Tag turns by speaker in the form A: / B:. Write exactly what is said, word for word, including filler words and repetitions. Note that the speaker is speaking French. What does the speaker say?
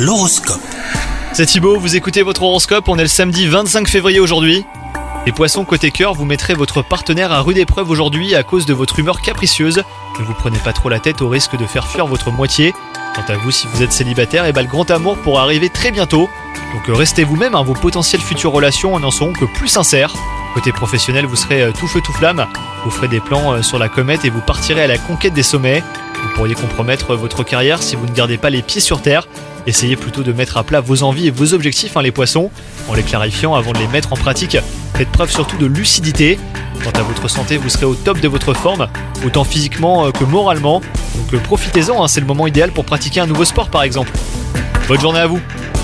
A: L'horoscope.
B: C'est Thibaut, vous écoutez votre horoscope, on est le samedi vingt-cinq février aujourd'hui. Les poissons côté cœur, vous mettrez votre partenaire à rude épreuve aujourd'hui à cause de votre humeur capricieuse. Ne vous prenez pas trop la tête au risque de faire fuir votre moitié. Quant à vous, si vous êtes célibataire, et bah, le grand amour pourra arriver très bientôt. Donc euh, restez vous-même, hein, vos potentielles futures relations n'en seront que plus sincères. Côté professionnel, vous serez euh, tout feu tout flamme. Vous ferez des plans euh, sur la comète et vous partirez à la conquête des sommets. Vous pourriez compromettre votre carrière si vous ne gardez pas les pieds sur terre. Essayez plutôt de mettre à plat vos envies et vos objectifs, hein, les poissons, en les clarifiant avant de les mettre en pratique. Faites preuve surtout de lucidité. Quant à votre santé, vous serez au top de votre forme, autant physiquement euh, que moralement. Donc euh, profitez-en, hein, c'est le moment idéal pour pratiquer un nouveau sport par exemple. Bonne journée à vous.